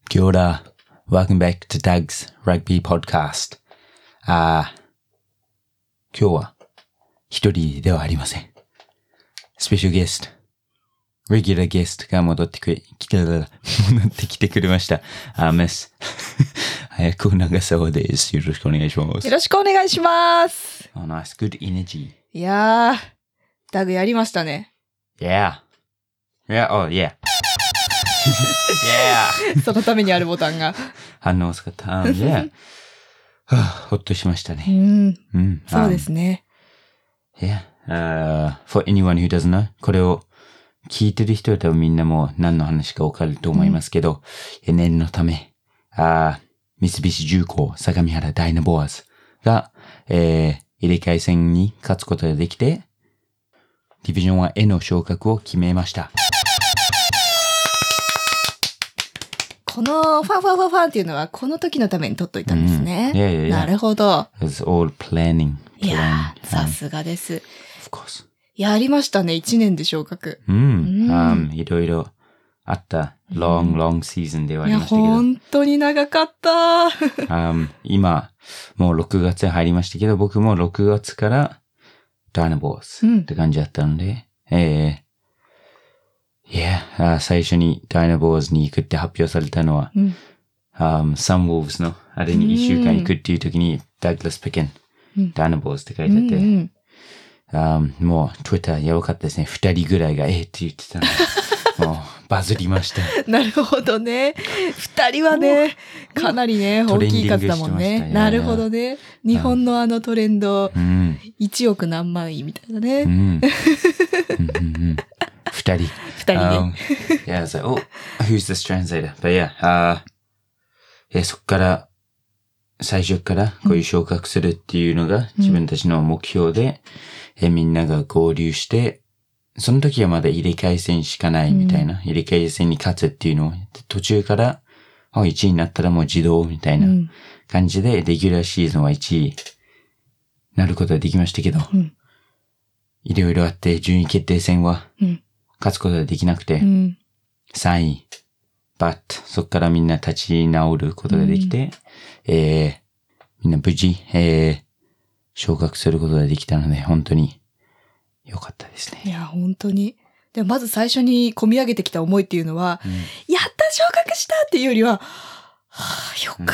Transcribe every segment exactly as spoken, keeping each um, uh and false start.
Kia ora. Welcome back to Doug's Rugby Podcast. あー、今日は一人ではありません。スペシャルゲスト、レギュラーゲストが戻ってくれ、来て、戻ってきてくれました。あー、ミス。早く長沢です。よろしくお願いします。 よろしくお願いします。 Oh, nice. Good energy. いやー、ダグやりましたね。 Yeah. Yeah, oh, yeah. yeah. そのためにあるボタンが。 反応を使った。Um, yeah. はぁ、ほっとしましたうね。 ん、 うん。 そうですね。 Yeah. Uh, for anyone who doesn't know, これを聞いてる人は多分みんなもう何の話かわかると思いますけど、うん、念のため、あ三菱重工相模原ダイナボアーズが、えー、入れ替え戦に勝つことができて、ディビジョンワンへの昇格を決めました。 このファンファンファンファンっていうのはこの時のために撮っといたんですね。 うん、いやいやいやなるほど。 It's all planning. いやー、さすがです。 Of course. やりましたね、一年で昇格。 うん。 うん um, いろいろあった、long, long season ではありましたけど。 いや、本当に長かった。 um, 今、もうろくがつに入りましたけど、僕もろくがつからダイナボーズって感じだったので、うん、えーいや、yeah, 最初にダイナボーズに行くって発表されたのは、うん um, サンウォーズのあれにいっしゅうかん行くっていう時に、ダグラス・ピケン、うん、ダイナボーズって書いてあって、うんうん um, もう Twitter やばかったですね。二人ぐらいがえーって言ってたので、もうバズりました。 なるほどね。二人はね、かなりね、大きい数だもんね。なるほどね。日本のあのトレンド、うん、いちおく何万位みたいなね。うんうんうん二人。 二人ね。 Um, yeah, I was like, oh, who's this translator? But yeah, uh, yeah, そっから、最初からこういう昇格するっていうのが自分たちの目標で、うん、えみんなが合流して、その時はまだ入れ替え戦しかないみたいな、うん、入れ替え戦に勝つっていうのを、途中から、あ、いちいになったらもう自動みたいな感じで、レギュラーシーズンはいちいになることができましたけど、うん、いろいろあって順位決定戦は、うん勝つことができなくて、うん、さんい。but そっからみんな立ち直ることができて、うん、えー、みんな無事、えー、昇格することができたので、本当に良かったですね。 いや、本当に。でもまず最初に込み上げてきた思いっていうのは、うん、やった昇格したっていうよりは、はぁ、よかった。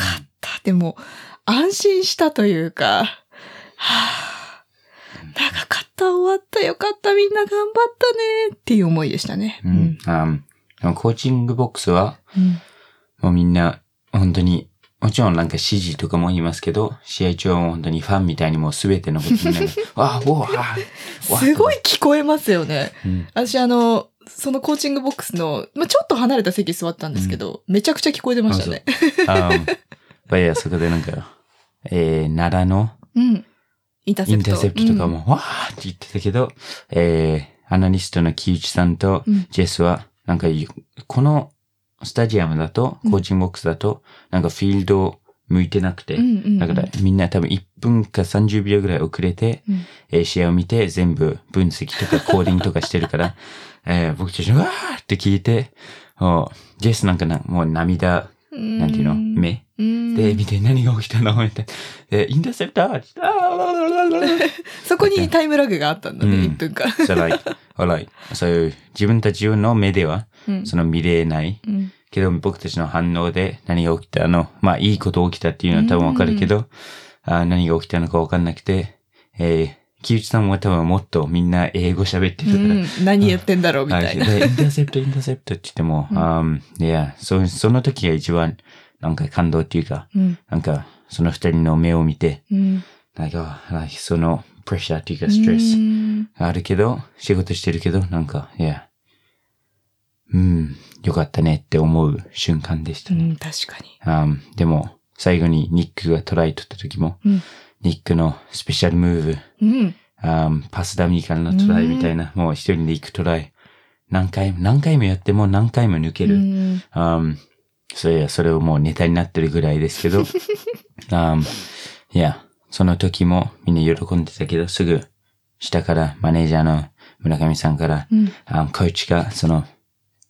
うん、でも、安心したというか、はぁ、長かった、終わった、よかった、みんな頑張ったねっていう思いでしたね。 うん。うん、コーチングボックスは、うん、もうみんな、本当に、もちろんなんか指示とかも言いますけど、試合中は本当にファンみたいにもうすべてのことみんなが、わあ、おあ、 すごい聞こえますよね。うん、私あの、そのコーチングボックスの、まあ、ちょっと離れた席座ったんですけど、うん、めちゃくちゃ聞こえてましたね。 ああ、いや、そこでなんか、えー、奈良の、 うんインターセプト。 インターセプトとかも、うん、わーって言ってたけど、えー、アナリストの木内さんとジェスは、なんか、このスタジアムだと、コーチングボックスだと、なんかフィールド向いてなくて、うんうんうん、だからみんな多分いっぷんかさんじゅうびょうぐらい遅れて、うんえー、試合を見て全部分析とかコーディングとかしてるから、えー、僕たちわーって聞いて、ジェスなんかな、もう涙、なんていうの目で、見て何が起きたのみたいな。で、インターセプターそこにタイムラグがあったんだね、うん、いっぷんかん。 so like, or like, そういう自分たちの目では、うん、その見れない、うん。けど僕たちの反応で何が起きたの、まあいいこと起きたっていうのは多分わかるけど、あ何が起きたのかわかんなくて、えー、木内さんは多分もっとみんな英語喋ってるから。うん、 何言ってんだろうみたいな。 インターセプト、インターセプトって言っても、うん、um, いや、そ、その時が一番なんか感動っていうか、うん、なんかその二人の目を見て、うん、なんか、そのプレッシャーっていうかストレスがあるけど、仕事してるけど、なんか、いや、うん、よかったねって思う瞬間でしたね。 うん、確かに。 Um, でも、最後にニックがトライ取った時も、うん、ニックのスペシャルムーブ、うん、um, パスダミーからのトライみたいな、うん、もう一人で行くトライ、何回も、何回もやっても何回も抜ける。うん、um, それそれをもうネタになってるぐらいですけど、um, いや、その時もみんな喜んでたけど、すぐ下からマネージャーの村上さんから、うん、um, コーチがその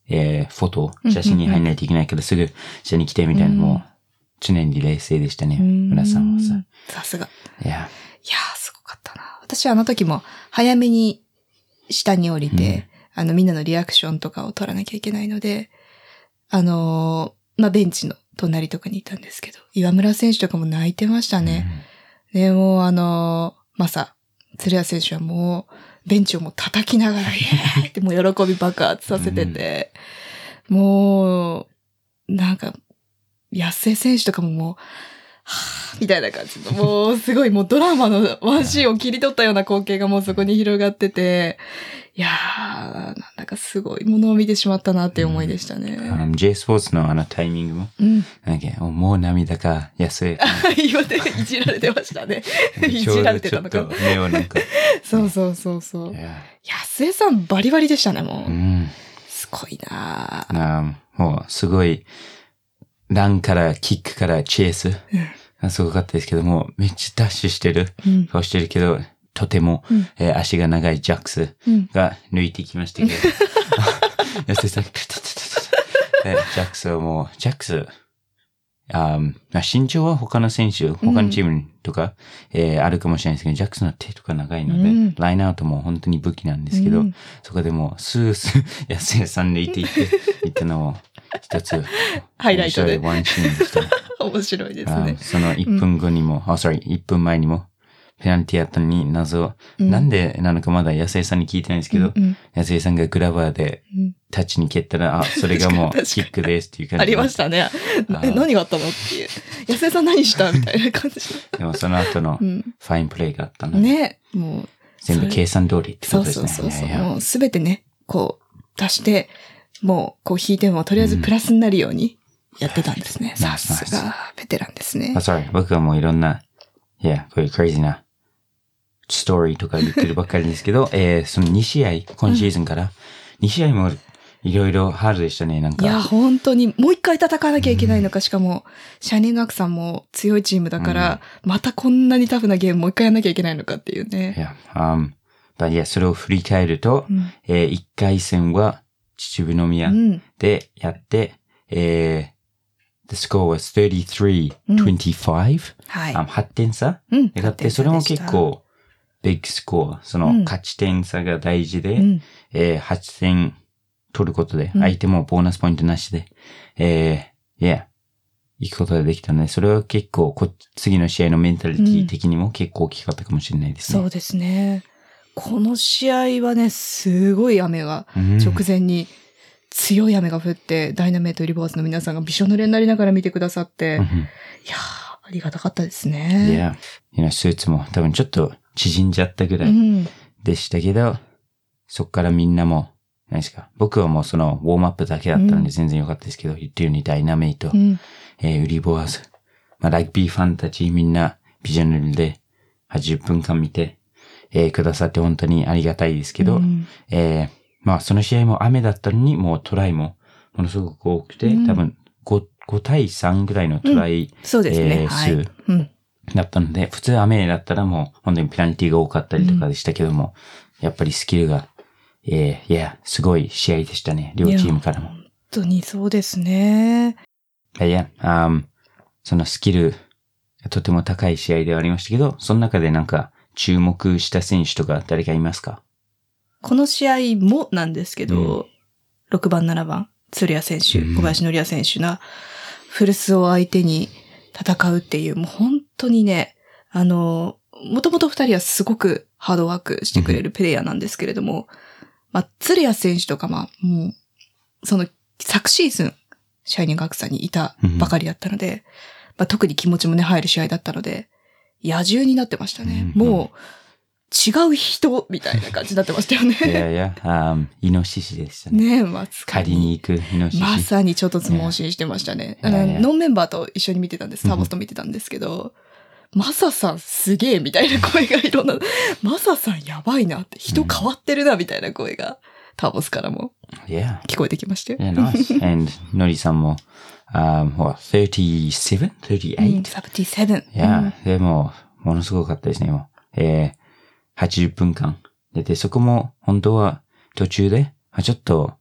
えー、フォト、写真に入んないといけないからすぐ下に来てみたいな、もう常に冷静でしたね、村さんはさ。 さすが。 いや。 いやー、すごかったな。私はあの時も早めに下に降りて、うん、あのみんなのリアクションとかを取らなきゃいけないので、あのー、まあ、ベンチの隣とかにいたんですけど、岩村選手とかも泣いてましたね。うん、で、もうあのー、まさ、鶴谷選手はもう、ベンチをもう叩きながら、イエーってもう喜び爆発させてて、うん、もう、なんか、安江選手とかももう、はぁ、みたいな感じの、もうすごいもうドラマのワンシーンを切り取ったような光景がもうそこに広がってて、いやー、なんだかすごいものを見てしまったなっていう思いでしたね。 うん、J スポーツのあのタイミングも、うん、なんかもう涙か安江。 言われて、いじられてましたね。いじられてたのか。 ちょっと目をなんか。 そうそうそうそう。安江さんバリバリでしたね、もう。うん、すごいなぁ。もうすごい、ランからキックからチェイスがすごかったですけども、めっちゃダッシュしてる顔してるけど、とても、うんえー、足が長いジャックスが抜いてきましたけど、安井さん、ジャックスはもう、ジャックス、あ身長は他の選手、他のチームとか、うんえー、あるかもしれないですけど、ジャックスの手とか長いので、うん、ラインアウトも本当に武器なんですけど、うん、そこでもうスースー安井さん抜いていって、いったのを一つ、 ハイライトで。 ワンシーンでした。 面白いですね。 そのいっぷんごにも、あ、うん、sorry、いっぷんまえにも、ペナルティあったのに謎、うん、なんでなのかまだ安井さんに聞いてないんですけど、うんうん、安井さんがグラバーでタッチに蹴ったら、うん、あ、それがもうキックですっていう感じ。 ありましたね。え、何があったのっていう。安井さん何したみたいな感じ。 でもその後のファインプレイがあったので。 ね。もう。 全部計算通りってことですね。 そうそうそうそう。もうすべてね、こう、足して、もう、こう引いてもとりあえずプラスになるようにやってたんですね。うん、さすが、ベテランですね。 あ、sorry。僕はもういろんな、いや、こういうクレイジーな、ストーリーとか言ってるばっかりですけど、えー、そのに試合、今シーズンからに試合もいろいろハードでしたね、なんか。 いや、本当にもう一回戦わなきゃいけないのか、うん、しかも、シャイニングアークさんも強いチームだから、うん、またこんなにタフなゲームもう一回やんなきゃいけないのかっていうね。 いや、um, but yeah, それを振り返ると、うん、えー、いっかい戦は秩父宮でやって、うん、えーThe score was thirty-three twenty-five、うん、はい、um, はちてん差、うん、やって、それも結構、ビッグスコア、その勝ち点差が大事で、うん、えー、はちてん取ることで、相手もボーナスポイントなしで、うん、えー、いや、行くことができたので、それは結構こ、次の試合のメンタリティ的にも結構大きかったかもしれないですね。 うん、そうですね。この試合はね、すごい雨が直前に強い雨が降って、うん、ダイナメイトリボーズの皆さんがびしょ濡れになりながら見てくださって、うん、いやー、ありがたかったですね。 いや、いや、スーツも多分ちょっと、縮んじゃったぐらいでしたけど、うん、そっからみんなも、何ですか、僕はもうそのウォームアップだけだったので全然良かったですけど、うん、言ってるようにダイナメイト、うん、えー、ウリボアーズ、まあ、ラグビーファンたちみんなビジョナルではちじゅっぷんかん見て、えー、くださって本当にありがたいですけど、うん、えー、まあその試合も雨だったのにもうトライもものすごく多くて、うん、多分 5, ご対さんぐらいのトライ、うん、 そうですね、 えー、数、はいうんだったので、普通雨だったらもう本当にペナルティが多かったりとかでしたけども、うん、やっぱりスキルが、えー、いや、すごい試合でしたね。両チームからも。 本当にそうですね。 いや、um, そのスキルがとても高い試合ではありましたけど、その中でなんか注目した選手とか誰かいますか？ この試合もなんですけど、うん、ろくばん、ななばん、鶴谷選手、小林則也選手がフルスを相手に戦うっていう、もう本当にね、あの、もともと二人はすごくハードワークしてくれるプレイヤーなんですけれども、まあ、鶴谷選手とか、まあ、もう、その、昨シーズン、シャイニングアークさんにいたばかりだったので、まあ、特に気持ちもね、入る試合だったので、野獣になってましたね。もう、違う人みたいな感じになってましたよね。 いやいや、あイノシシでしたね。 ねえ、まあ、 狩りに行くイノシシ。 まさにちょっとつ盲信してましたね。ノンメンバーと一緒に見てたんです。ターボスと見てたんですけど、マサさんすげえみたいな声がいろんな、マサさんやばいなって、人変わってるなみたいな声が、ターボスからも聞こえてきましたよ。 Yeah, nice. And ノリさんも、um, what, thirty-seven? thirty-eight? thirty-seven. Yeah, でも、ものすごかったですね。もうえーはちじゅっぷんかん出て、そこも本当は途中で、ちょっと、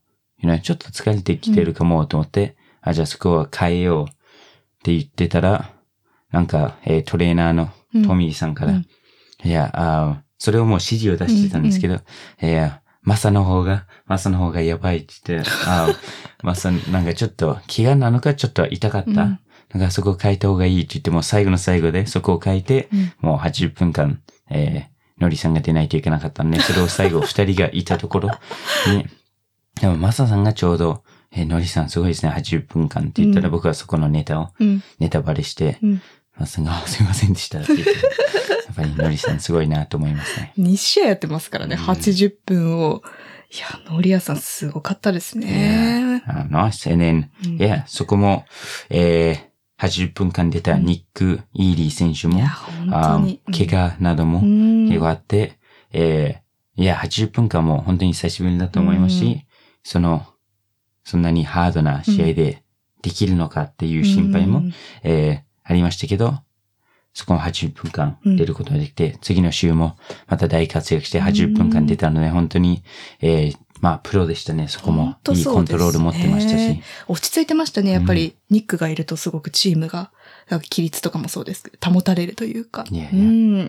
you know, ちょっと疲れてきてるかもと思って、うん、あ、じゃあそこは変えようって言ってたら、なんか、えー、トレーナーのトミーさんから、うん、いや、あ、それをもう指示を出してたんですけど、うんうん、いや、マサの方が、マサの方がやばいって言って、あ、マサ、なんかちょっと、怪我なのかちょっと痛かった。うん、なんかそこを変えた方がいいって言って、もう最後の最後でそこを変えて、うん、もうはちじゅっぷんかん、えー、ノリさんが出ないといけなかったんで、それを最後二人がいたところに、でもマサさんがちょうど、えー、ノリさんすごいですね、はちじゅっぷんかんって言ったら、うん、僕はそこのネタを、ネタバレして、うん、マサさんが、すいませんでしたって言って、やっぱりノリさんすごいなと思いますね。 に試合やってますからね、うん、はちじゅっぷんを。いや、ノリアさんすごかったですね。 Yeah, uh, nice. And then, うん、yeah, そこも、えー、はちじゅっぷんかん出たニック・イーリー選手も、 うん、本当に、 um, 怪我なども結構あって、うん、えー、いや、はちじゅっぷんかんも本当に久しぶりだと思いますし、うん、その、そんなにハードな試合でできるのかっていう心配も、うん、えー、ありましたけど、そこもはちじゅっぷんかん出ることができて、うん、次の週もまた大活躍してはちじゅっぷんかん出たので、本当に、えー、まあ、プロでしたね。そこもいいコントロール持ってましたし。 落ち着いてましたね。やっぱり、ニックがいるとすごくチームが、規律とかもそうですけど、保たれるというか。 いやいや。うん。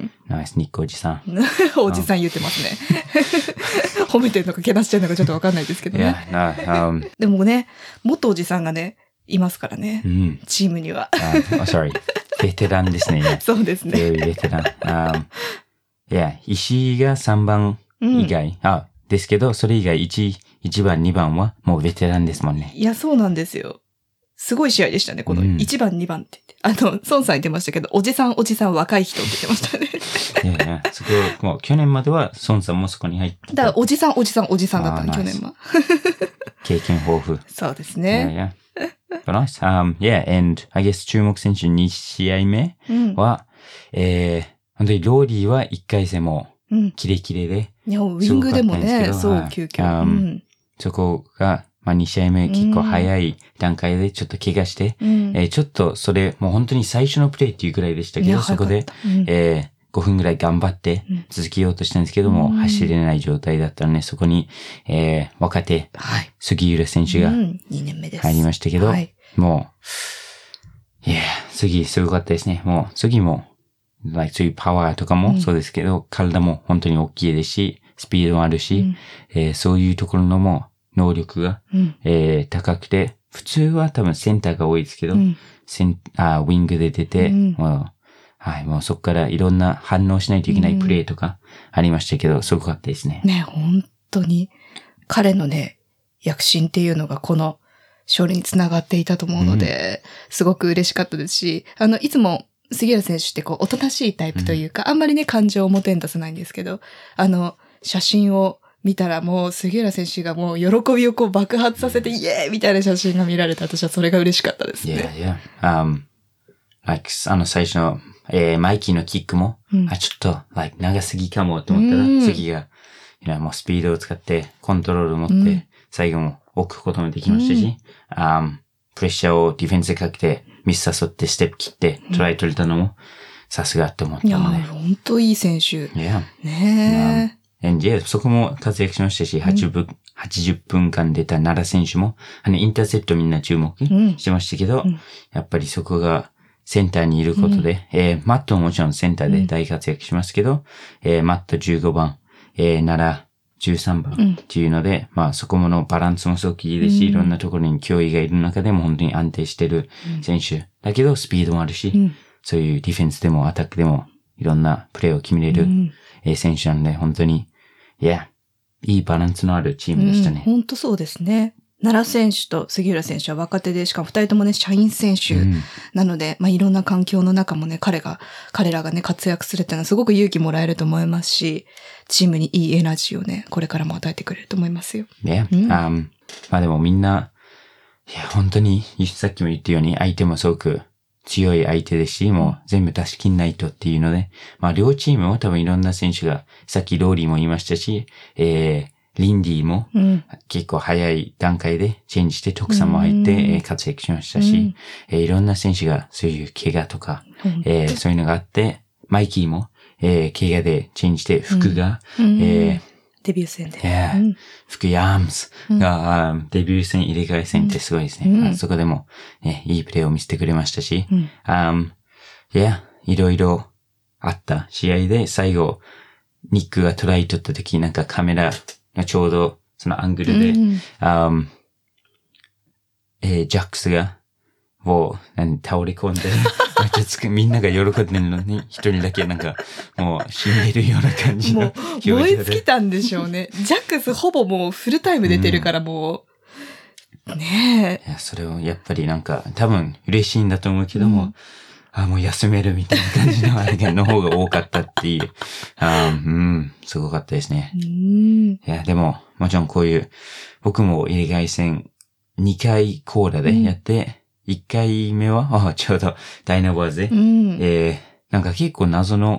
ナイス、ニックおじさん。 おじさん言ってますね。褒めてるのか、けなしてるのかちょっとわかんないですけどね。いや、な、um, でもね、元おじさんがね、いますからね。うん、チームには。 uh, oh, sorry. ベテランですね。 そうですね。 ベテラン。um, いや、石井がさんばん以外、うん、あ、ですけど、それ以外いち、いちばん、にばんはもうベテランですもんね。 いや、そうなんですよ。すごい試合でしたね。このいちばん、にばんって言って。あの、孫さん言ってましたけど、おじさん、おじさん、若い人って言ってましたね。 いやいや、そこ、もう去年までは孫さんもそこに入ってた。 だから、おじさん、おじさん、おじさんだったの、去年は。 経験豊富。 そうですね。 いやいや。But nice. Um, yeah, and I guess 注目選手に試合目は、うん、えー、本当にローリーはいっかい戦もキレキレで、 うん、いや、ウィングでもね、そう、急遽、 um, うん。そこが、まあ、に試合目結構早い段階でちょっと怪我して、うん、えー、ちょっとそれ、もう本当に最初のプレイっていうくらいでしたけど、そこで、うん、えー、ごふんぐらい頑張って続けようとしたんですけども、うん、走れない状態だったので、そこに、えー、若手、はい、杉浦選手が入りましたけど、うん、はい、もう、いや、杉すごかったですね。もう、杉も、like、そういうパワーとかもそうですけど、うん、体も本当に大きいですし、スピードもあるし、うん、えー、そういうところのも能力が、うん、えー、高くて、普通は多分センターが多いですけど、うん、センあウィングで出て、うん、もうはい、もうそこからいろんな反応しないといけないプレーとかありましたけど、うん、すごかったですね。 ね、本当に彼のね、躍進っていうのがこの勝利につながっていたと思うので、うん、すごく嬉しかったですし、あの、いつも杉浦選手ってこう、おとなしいタイプというか、うん、あんまりね、感情を表に出さないんですけど、あの、写真を見たらもう杉浦選手がもう喜びをこう爆発させて、イエーイみたいな写真が見られて、私はそれが嬉しかったですね。 いやいや、um, like, あの最初の、えー、マイキーのキックも、うん、あ、ちょっと、like、長すぎかもと思ったら、うん、次が、you know、もうスピードを使ってコントロールを持って、うん、最後も置くこともできましたし、うん、um, プレッシャーをディフェンスでかけて、ミス誘ってステップ切ってトライ取れたのも、さすがって思ったので。 いや、ほんといい選手。 Yeah. ねえ。まあ、yeah, そこも活躍しましたし、はちじゅっぷん、うん、はちじゅっぷんかん出た奈良選手も、あの、インターセプトみんな注目してましたけど、うん、やっぱりそこがセンターにいることで、うん、えー、マットももちろんセンターで大活躍しますけど、うん、えー、マットじゅうごばん、えー、奈良じゅうさんばんっていうので、うん、まあそこものバランスもすごくいいですし、うん、いろんなところに脅威がいる中でも本当に安定してる選手、うん、だけどスピードもあるし、うん、そういうディフェンスでもアタックでもいろんなプレーを決めれる、うん、えー、選手なので本当に、いや、いいバランスのあるチームでしたね。 うん、本当そうですね。奈良選手と杉浦選手は若手で、しかも二人ともね、社員選手なので、うん、まあいろんな環境の中もね、彼が、彼らがね、活躍するっていうのはすごく勇気もらえると思いますし、チームにいいエナジーをね、これからも与えてくれると思いますよ。 ね、うん、um, まあでもみんな、いや、本当に、さっきも言ったように、相手もすごく強い相手ですし、もう全部出し切んないとっていうので、まあ両チームも多分いろんな選手が、さっきローリーも言いましたし、えー、リンディも結構早い段階でチェンジして徳さんも入って活躍しましたし、うん、いろんな選手がそういう怪我とか、えー、そういうのがあって、マイキーも、えー、怪我でチェンジして服が、うん、えー、 デビュー戦で。 Yeah. うん、 福井アームズが、うん、デビュー戦入れ替え戦ってすごいですね。うん、そこでも、ね、いいプレーを見せてくれましたし、うん、um, yeah, いろいろあった試合で最後、ニックがトライ取った時なんかカメラがちょうどそのアングルで、うん、um, えー、ジャックスがもう何倒れ込んでみんなが喜んでるのに一人だけなんかもう死んでるような感じのもう燃え尽きたんでしょうね。ジャックスほぼもうフルタイム出てるからもう、うん、ねえ。いやそれをやっぱりなんか多分嬉しいんだと思うけども、うん、あもう休めるみたいな感じのあれの方が多かったっていうあ、うん、すごかったですね。うん、いやでももちろんこういう僕も入れ替え戦にかいコーラでやって、うんいっかいめは、あちょうどダイナボーズで、うん、えー、なんか結構謎の、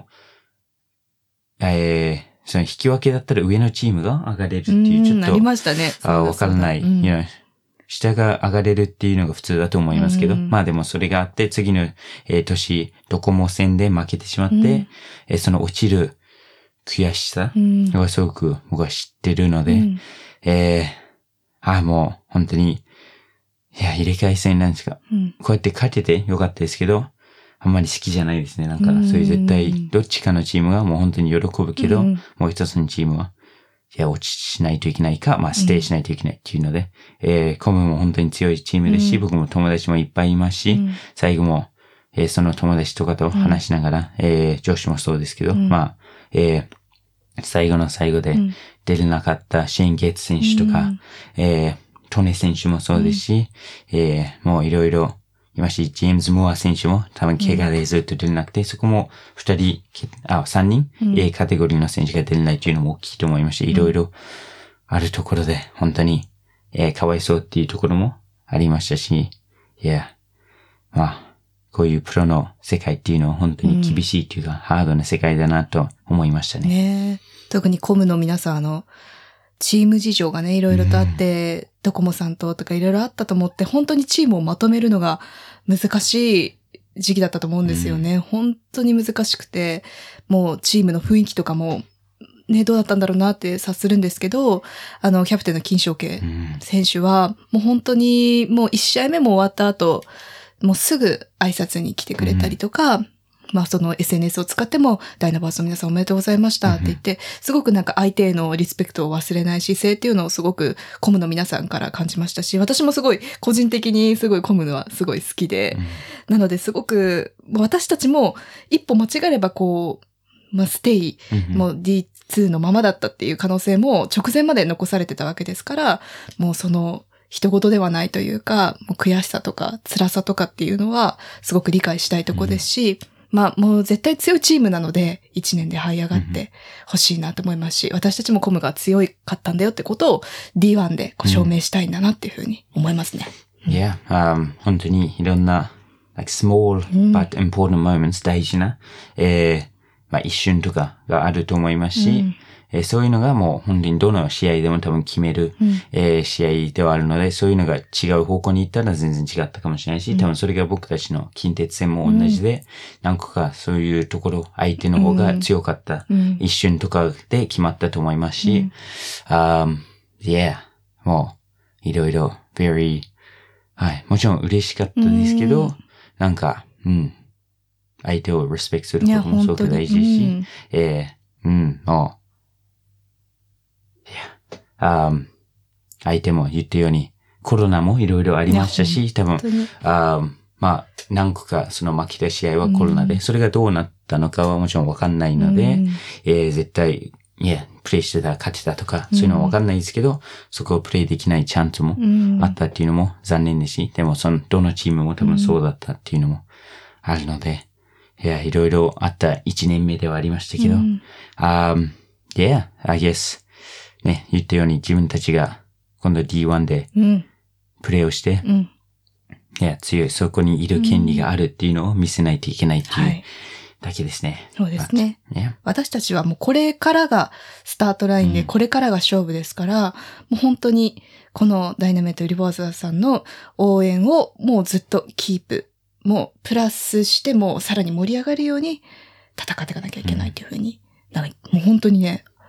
えー、その引き分けだったら上のチームが上がれるっていう、ちょっと、 ありましたね。 あわからない、うん you know 下が上がれるっていうのが普通だと思いますけど、うん、まあでもそれがあって、次の、えー、年、ドコモ戦で負けてしまって、うんえー、その落ちる悔しさがすごく僕は知ってるので、うん、えー、あもう本当に、いや、入れ替え戦なんですか、うん。こうやって勝ててよかったですけど、あんまり好きじゃないですね。なんか、そういう絶対、どっちかのチームがもう本当に喜ぶけど、うん、もう一つのチームは、いや、落ちしないといけないか、まあ、ステイしないといけないっていうので、うん、えー、コムも本当に強いチームですし、うん、僕も友達もいっぱいいますし、うん、最後も、えー、その友達とかと話しながら、うん、えー、女子もそうですけど、うん、まあ、えー、最後の最後で出れなかったシェーン・ゲッツ選手とか、うん、えー、トネ選手もそうですし、うん、えー、もういろいろいますし、ジェームズ・モア選手も多分怪我でずっと出れなくて、うん、そこも二人、あ、三人、うん、A カテゴリーの選手が出れないっていうのも大きいと思いまして、いろいろあるところで本当に、えー、かわいそうっていうところもありましたし、いや、まあ、こういうプロの世界っていうのは本当に厳しいっていうか、うん、ハードな世界だなと思いましたね。 ね特にコムの皆さん、あの、チーム事情がね、いろいろとあって、うん、ドコモさんととかいろいろあったと思って、本当にチームをまとめるのが難しい時期だったと思うんですよね。うん、本当に難しくて、もうチームの雰囲気とかも、ね、どうだったんだろうなって察するんですけど、あの、キャプテンの金正慶選手は、もう本当にもう一試合目も終わった後、もうすぐ挨拶に来てくれたりとか、うんまあその エスエヌエス を使ってもダイナバースの皆さんおめでとうございましたって言って、すごくなんか相手へのリスペクトを忘れない姿勢っていうのをすごくコムの皆さんから感じましたし、私もすごい個人的にすごいコムのはすごい好きで、なのですごく私たちも一歩間違えればこう、まあステイも ディーツー のままだったっていう可能性も直前まで残されてたわけですから、もうその人事ではないというか、もう悔しさとか辛さとかっていうのはすごく理解したいところですし、うんまあもう絶対強いチームなので一年で這い上がってほしいなと思いますし、私たちもコムが強かったんだよってことを ディーワン でこう証明したいんだなっていうふうに思いますね。 いや、うん yeah, um, 本当にいろんな like small but important moments、うん、大事な、えーまあ、一瞬とかがあると思いますし、うんえー、そういうのがもう本当にどの試合でも多分決める、うんえー、試合ではあるので、そういうのが違う方向に行ったら全然違ったかもしれないし、うん、多分それが僕たちの近鉄戦も同じで、うん、何個かそういうところ、相手の方が強かった、うん、一瞬とかで決まったと思いますし、うん um, yeah, もういろいろ very はい、もちろん嬉しかったですけど、うん、なんか、うん、相手をリスペクトすることもすごく大事ですし、うん、えー、うん、もういや、um, 相手も言ったようにコロナもいろいろありましたし、多分、あまあ、何個かその負けた試合はコロナで、うん、それがどうなったのかはもちろんわかんないので、うんえー、絶対、いや、プレイしてたら勝てたとか、そういうのはわかんないですけど、うん、そこをプレイできないチャンスもあったっていうのも残念ですし、でもその、どのチームも多分そうだったっていうのもあるので、いや、いろいろあった一年目ではありましたけど、うん、um, yeah, I guess, ね、言ったように自分たちが今度 ディーワン でプレイをして、うん、いや、強い、そこにいる権利があるっていうのを見せないといけないっていうだけですね。 はい、そうですね。Yeah. 私たちはもうこれからがスタートラインで、これからが勝負ですから、うん、もう本当にこのダイナメイト・ユニバーサルさんの応援をもうずっとキープ、もうプラスしてもさらに盛り上がるように戦っていかなきゃいけないというふうに、うん、なんかもう本当にね、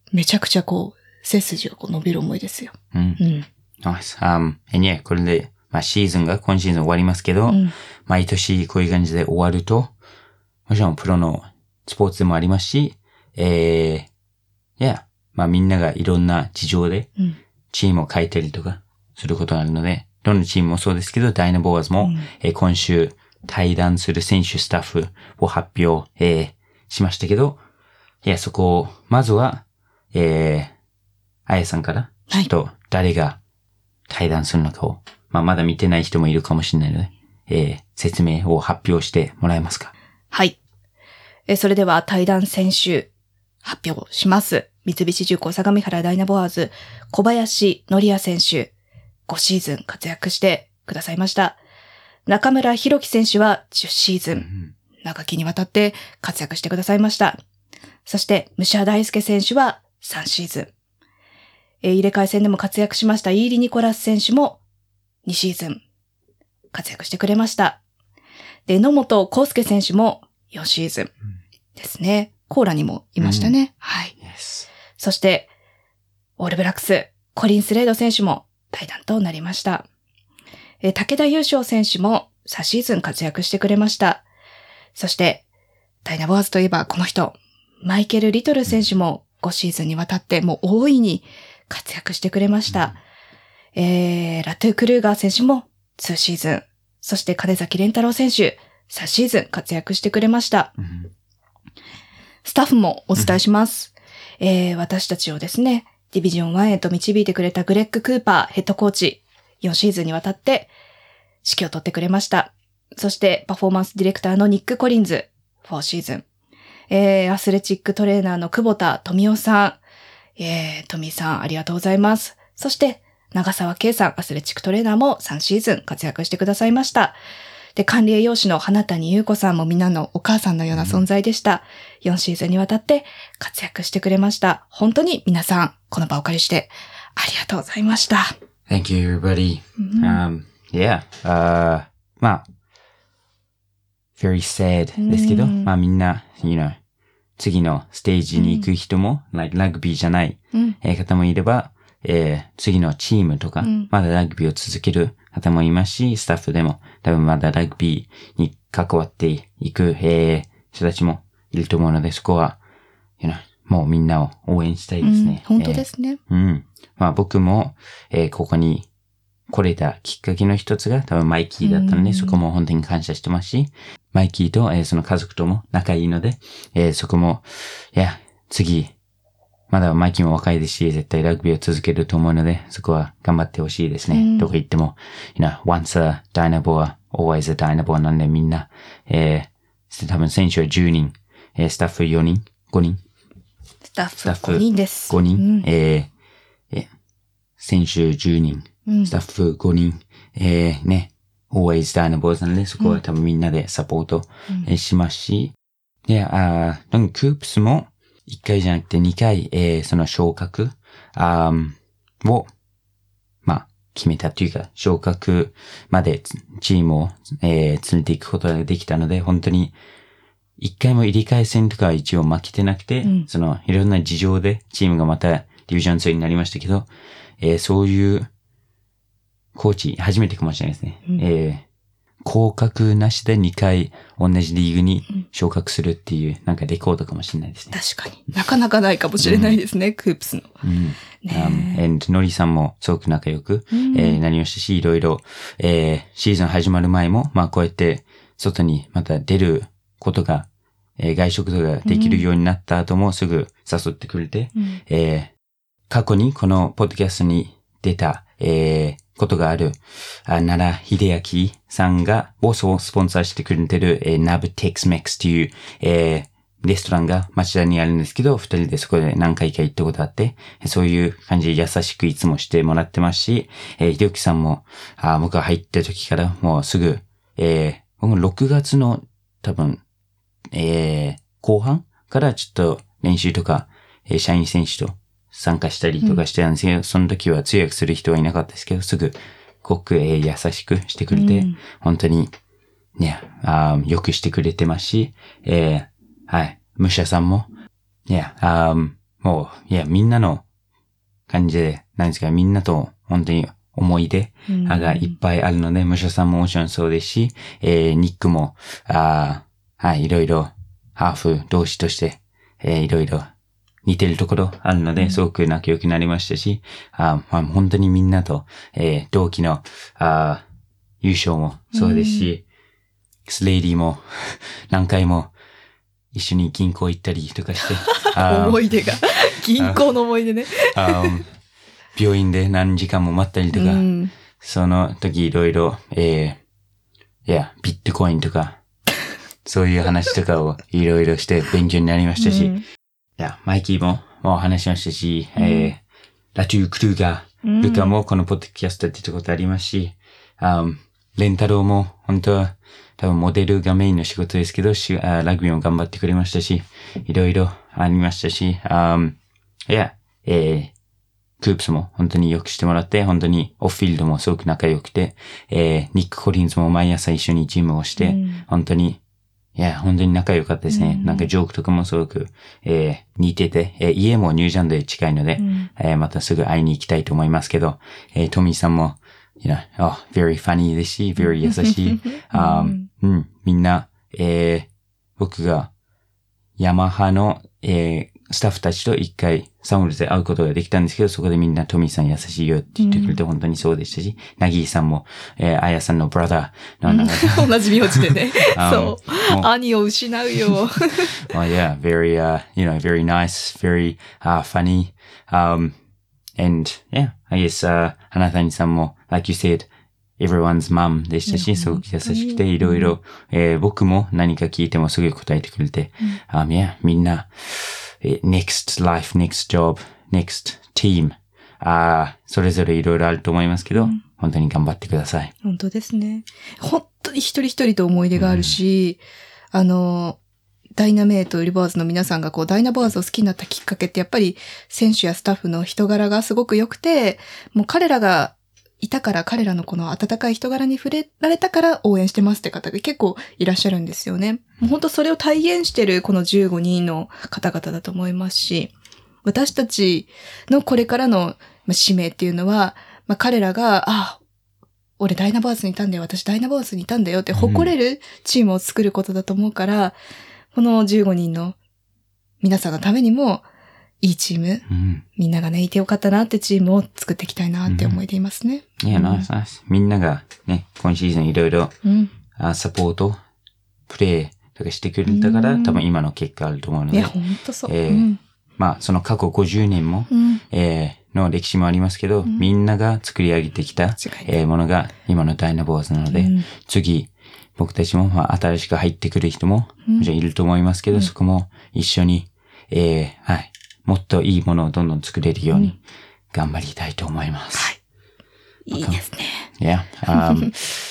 めちゃくちゃこう、背筋がこう伸びる思いですよ。 うん。うん。Nice. Um, and yeah, これで、まあシーズンが今シーズン終わりますけど、うん、毎年こういう感じで終わると、もちろんプロのスポーツでもありますし、えー、いや、まあみんながいろんな事情でチームを変えたりとかすることがあるので、どのチームもそうですけど、ダイナボアーズも、うん、えー、今週対談する選手スタッフを発表、えー、しましたけど、いや、そこを、まずは、えー、あやさんから、ちょっと誰が対談するのかを、はい、まあまだ見てない人もいるかもしれないので、えー、説明を発表してもらえますか。 はい。えー、それでは対談選手発表します。三菱重工相模原ダイナボアーズ小林則也選手、ごシーズン活躍してくださいました。中村弘樹選手はじゅっシーズン、うん、長きにわたって活躍してくださいました。そして武者大輔選手はさんシーズン。えー、入れ替え戦でも活躍しましたイーリ・ニコラス選手もにシーズン活躍してくれました。で、野本康介選手もよんシーズンですね。コーラにもいましたね。うん、はい。 Yes. そして、オールブラックス、コリン・スレード選手も対談となりました。えー、武田優勝選手もさんシーズン活躍してくれました。そして、ダイナボアーズといえばこの人、マイケル・リトル選手もごシーズンにわたってもう大いに活躍してくれました。うん、えー、ラトゥー・クルーガー選手もにシーズン。そして金崎蓮太郎選手、さんシーズン活躍してくれました。うん、スタッフもお伝えします。うん、えー、私たちをですね、ディビジョンワンへと導いてくれたグレッグ・クーパーヘッドコーチ、よんシーズンにわたって指揮を取ってくれました。そしてパフォーマンスディレクターのニック・コリンズ、よんシーズン。えー、アスレチックトレーナーの久保田富夫さん、えー、富さんありがとうございます。そして長澤圭さん、アスレチックトレーナーもさんシーズン活躍してくださいました。で、管理栄養士の花谷優子さんもみんなのお母さんのような存在でした。よんシーズンにわたって活躍してくれました。本当に皆さん、この場をお借りしてありがとうございました。 Thank you, everybody. Um, yeah. Uh, まあ、very sad ですけど、まあみんな、you know、次のステージに行く人も、うん、like ラグビーじゃない、うん、方もいれば、えー、次のチームとか、うん、まだラグビーを続ける方もいますし、スタッフでも多分まだラグビーに関わっていく、えー、人たちもいると思うので、そこは、you know、もうみんなを応援したいですね。 うん、本当ですね。 えー、うん。まあ僕も、えー、ここに来れたきっかけの一つが多分マイキーだったので、うん、そこも本当に感謝してますし、マイキーと、えー、その家族とも仲いいので、えー、そこも、いや、次、まだマイキーも若いですし、絶対ラグビーを続けると思うので、そこは頑張ってほしいですね。うん、どこ行っても、you know, once a Dynaboar, always a Dynaboar なんでみんな、えー、多分選手はじゅうにん、えー、スタッフよにん、ごにん。 スタッフごにんです。 ごにん、うん、えー、え、選手じゅうにん、うん、スタッフごにん、えー、ね、always Dynaboars なので、そこは多分みんなでサポート、うん、しますし、で、あー、なんかクープスも、一回じゃなくて二回、えー、その昇格、あーを、まあ、決めたというか、昇格までチームを、えー、連れていくことができたので、本当に、一回も入り替え戦とかは一応負けてなくて、うん、その、いろんな事情でチームがまたディビジョンツーになりましたけど、えー、そういうコーチ、初めてかもしれないですね。うん、えー降格なしでにかい同じリーグに昇格するっていう、なんかレコードかもしれないですね。 確かに。なかなかないかもしれないですね、うん、クープスの。 うん。ねえ。um, and ノリさんもすごく仲良く、うん、えー、なりましたし、いろいろ、えー、シーズン始まる前も、まあこうやって外にまた出ることが、えー、外食とかできるようになった後もすぐ誘ってくれて、うん、えー、過去にこのポッドキャストに出た、えー、ことがある、あ奈良秀明さんが、をスポンサーしてくれてる、えー、ナブテックスメックスという、えー、レストランが町田にあるんですけど、二人でそこで何回か行ったことあって、そういう感じで優しくいつもしてもらってますし、えー、秀明さんも、あ僕が入った時からもうすぐ、えー、僕もろくがつの多分、えー、後半からちょっと練習とか、えー、社員選手と、参加したりとかしてたんですけど、うん、その時は通訳する人はいなかったですけど、すぐ、ごく、えー、優しくしてくれて、うん、本当に、ね、あよくしてくれてますし、えー、はい、武者さんも、ね、あももう、いや、みんなの感じで、なんですか、みんなと本当に思い出がいっぱいあるので、ムシャさんももちろんそうですし、えー、ニックも、あはい、いろいろ、ハーフ同士として、えー、いろいろ似てるところあるので、すごく仲良くなりましたし、あまあ、本当にみんなと、えー、同期のあ優勝もそうですし、スレイディも何回も一緒に銀行行ったりとかして、 思い出が。銀行の思い出ね。 あ病院で何時間も待ったりとか、うん、その時いろいろ、えー、いや、ビットコインとか、そういう話とかをいろいろして勉強になりましたし、うん、いや、マイキーももう話しましたし、うん、えー、ラトゥー・クルーガー、ルカもこのポッドキャストって言ったことありますし、あレンタロウも本当は多分モデルがメインの仕事ですけど、ラグビーも頑張ってくれましたし、いろいろありましたし、あいや、えー、クープスも本当によくしてもらって、本当にオフフィールドもすごく仲良くて、えー、ニック・コリンズも毎朝一緒にジムをして、うん、本当に、いや、本当に仲良かったですね。うん、なんかジョークとかもすごく、えー、似てて、えー、家もニュージャンドで近いので、うん、えー、またすぐ会いに行きたいと思いますけど、えー、トミーさんも、you know, oh, very funny ですし、very 優しい。um, うん、みんな、えー、僕がヤマハの、えー、スタッフたちと一回サンウルで会うことができたんですけど、そこでみんなトミーさん優しいよって言ってくれて本当にそうでしたし、ナギーさんも、えー、アヤさんのブラザーの同じ名字でね。そう。兄を失うよ。 well, yeah, very, uh, you know, very nice, very, uh, funny. Um, and yeah, I guess, uh, 花谷さんも、like you said, everyone's mom でしたし、すごく優しくて、いろいろ、えー、僕も何か聞いてもすぐ答えてくれて、うん、um, yeah, みんな、next life, next job, next team, あそれぞれいろいろあると思いますけど、うん、本当に頑張ってください。 本当ですね。本当に一人一人と思い出があるし、うん、あの、ダイナメイト、リバーズの皆さんがこう、ダイナバーズを好きになったきっかけってやっぱり選手やスタッフの人柄がすごく良くて、もう彼らがいたから彼らのこの温かい人柄に触れられたから応援してますって方が結構いらっしゃるんですよね。もう本当それを体現してるこのじゅうごにんの方々だと思いますし、私たちのこれからの使命っていうのは、まあ、彼らが、あ、俺ダイナバーズにいたんだよ、私ダイナバーズにいたんだよって誇れるチームを作ることだと思うから、うん、このじゅうごにんの皆さんのためにも、いいチーム、うん、みんながね、いてよかったなってチームを作っていきたいなって思いでいますね。 いや、ナイスナイス。みんながね、今シーズンいろいろサポート、プレーとかしてくれたから、うん、多分今の結果あると思うので。 いや、ほんとそう。 えーうん、まあ、その過去ごじゅうねんも、うん、えー、の歴史もありますけど、うん、みんなが作り上げてきた、えー、ものが今のダイナボーズなので、うん、次、僕たちも、まあ、新しく入ってくる人も、もちろんいると思いますけど、うん、そこも一緒に、えー、はい。もっといいものをどんどん作れるように頑張りたいと思います。 はい。いいですね。 Yeah. Um,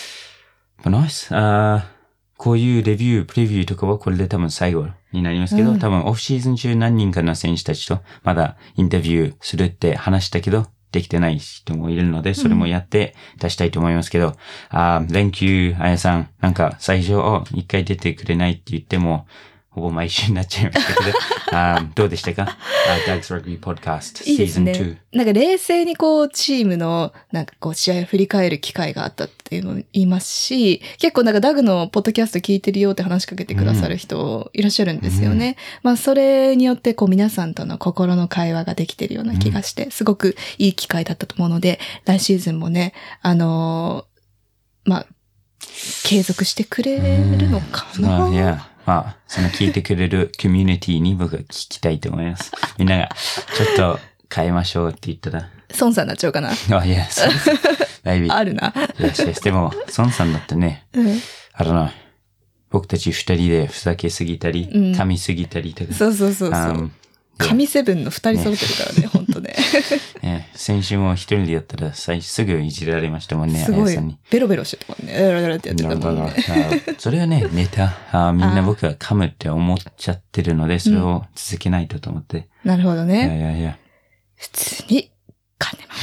but nice. Uh, こういうレビュー、プレビューとかはこれで多分最後になりますけど、うん、多分オフシーズン中何人かの選手たちとまだインタビューするって話したけど、できてない人もいるので、それもやって出したいと思いますけど、うん、uh, Thank you, あやさん。なんか最初、一回出てくれないって言っても、ほぼ毎週になっちゃいましたけど、あどうでしたか、uh, Doug's Rugby Podcast いいですね。シーズンツー。なんか冷静にこうチームのなんかこう試合を振り返る機会があったっていうのを言いますし、結構なんかダグのポッドキャスト聞いてるよって話しかけてくださる人いらっしゃるんですよね。うん、まあそれによってこう皆さんとの心の会話ができてるような気がして、すごくいい機会だったと思うので、来シーズンもね、あのー、まあ、継続してくれるのかな。 うん、yeah. まあ、その聞いてくれるコミュニティに僕は聞きたいと思います。みんなが、ちょっと変えましょうって言ったら。 孫さんになっちゃうかな。 あ、いや、そう。Maybe. あるな。 yes, yes. でも、孫さんだってね、うん、あらな、僕たち二人でふざけすぎたり、うん、噛みすぎたりとか。 そうそうそうそう。Um, 神セブンの二人揃ってるからね、ねほんとね。 ね先週も一人でやったら最すぐいじられましたもんね、 すごい。ベロベロしてたもんね。ベロベロってやってたもんね。 それはね、ネタあ。みんな僕は噛むって思っちゃってるので、それを続けないとと思って。 うん、なるほどね。 いやいやいや。 普通に噛んでます。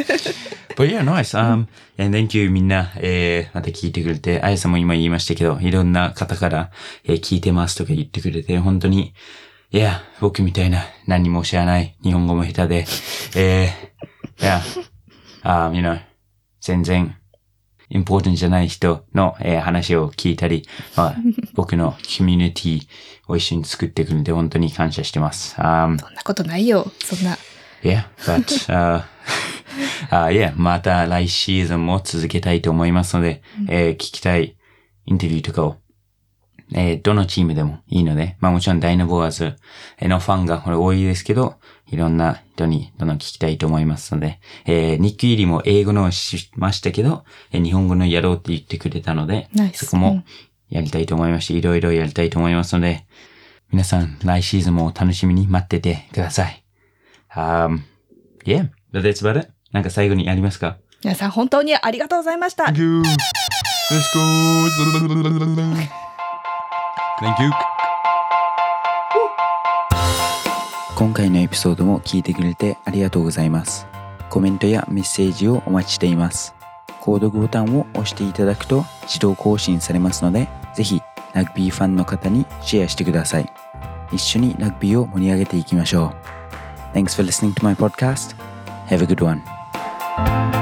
But yeah, nice. Um, and thank you みんな、えー、また聞いてくれて、あやさんも今言いましたけど、いろんな方から、えー、聞いてますとか言ってくれて、本当に、 いや、僕みたいな何も知らない日本語も下手で、えー、いや、あ、you know、全然、インポータントじゃない人の、えー、話を聞いたり、まあ、僕のコミュニティを一緒に作ってくれて本当に感謝してます。Um, そんなことないよ、そんな。 Yeah, but, uh, uh, yeah, また来シーズンも続けたいと思いますので、うんえー、聞きたいインタビューとかを、えー、どのチームでもいいので、まあもちろんダイナボアーズのファンがこれ多いですけど、いろんな人にどんどん聞きたいと思いますので、えー、ニック・イリも英語のをしましたけど、えー、日本語のやろうって言ってくれたので、そこもやりたいと思いますし、いろいろやりたいと思いますので、皆さん来シーズンも楽しみに待っててください。Um, yeah, but that's about it. なんか最後にありますか？ 皆さん本当にありがとうございました。 Thank you. Let's go. Thank you. 今回のエピソードも聞いてくれてありがとうございます。コメントやメッセージをお待ちしています。購読ボタンを押していただくと自動更新されますので、ぜひラグビーファンの方にシェアしてください。一緒にラグビーを盛り上げていきましょう。Thanks for listening to my podcast. Have a good one.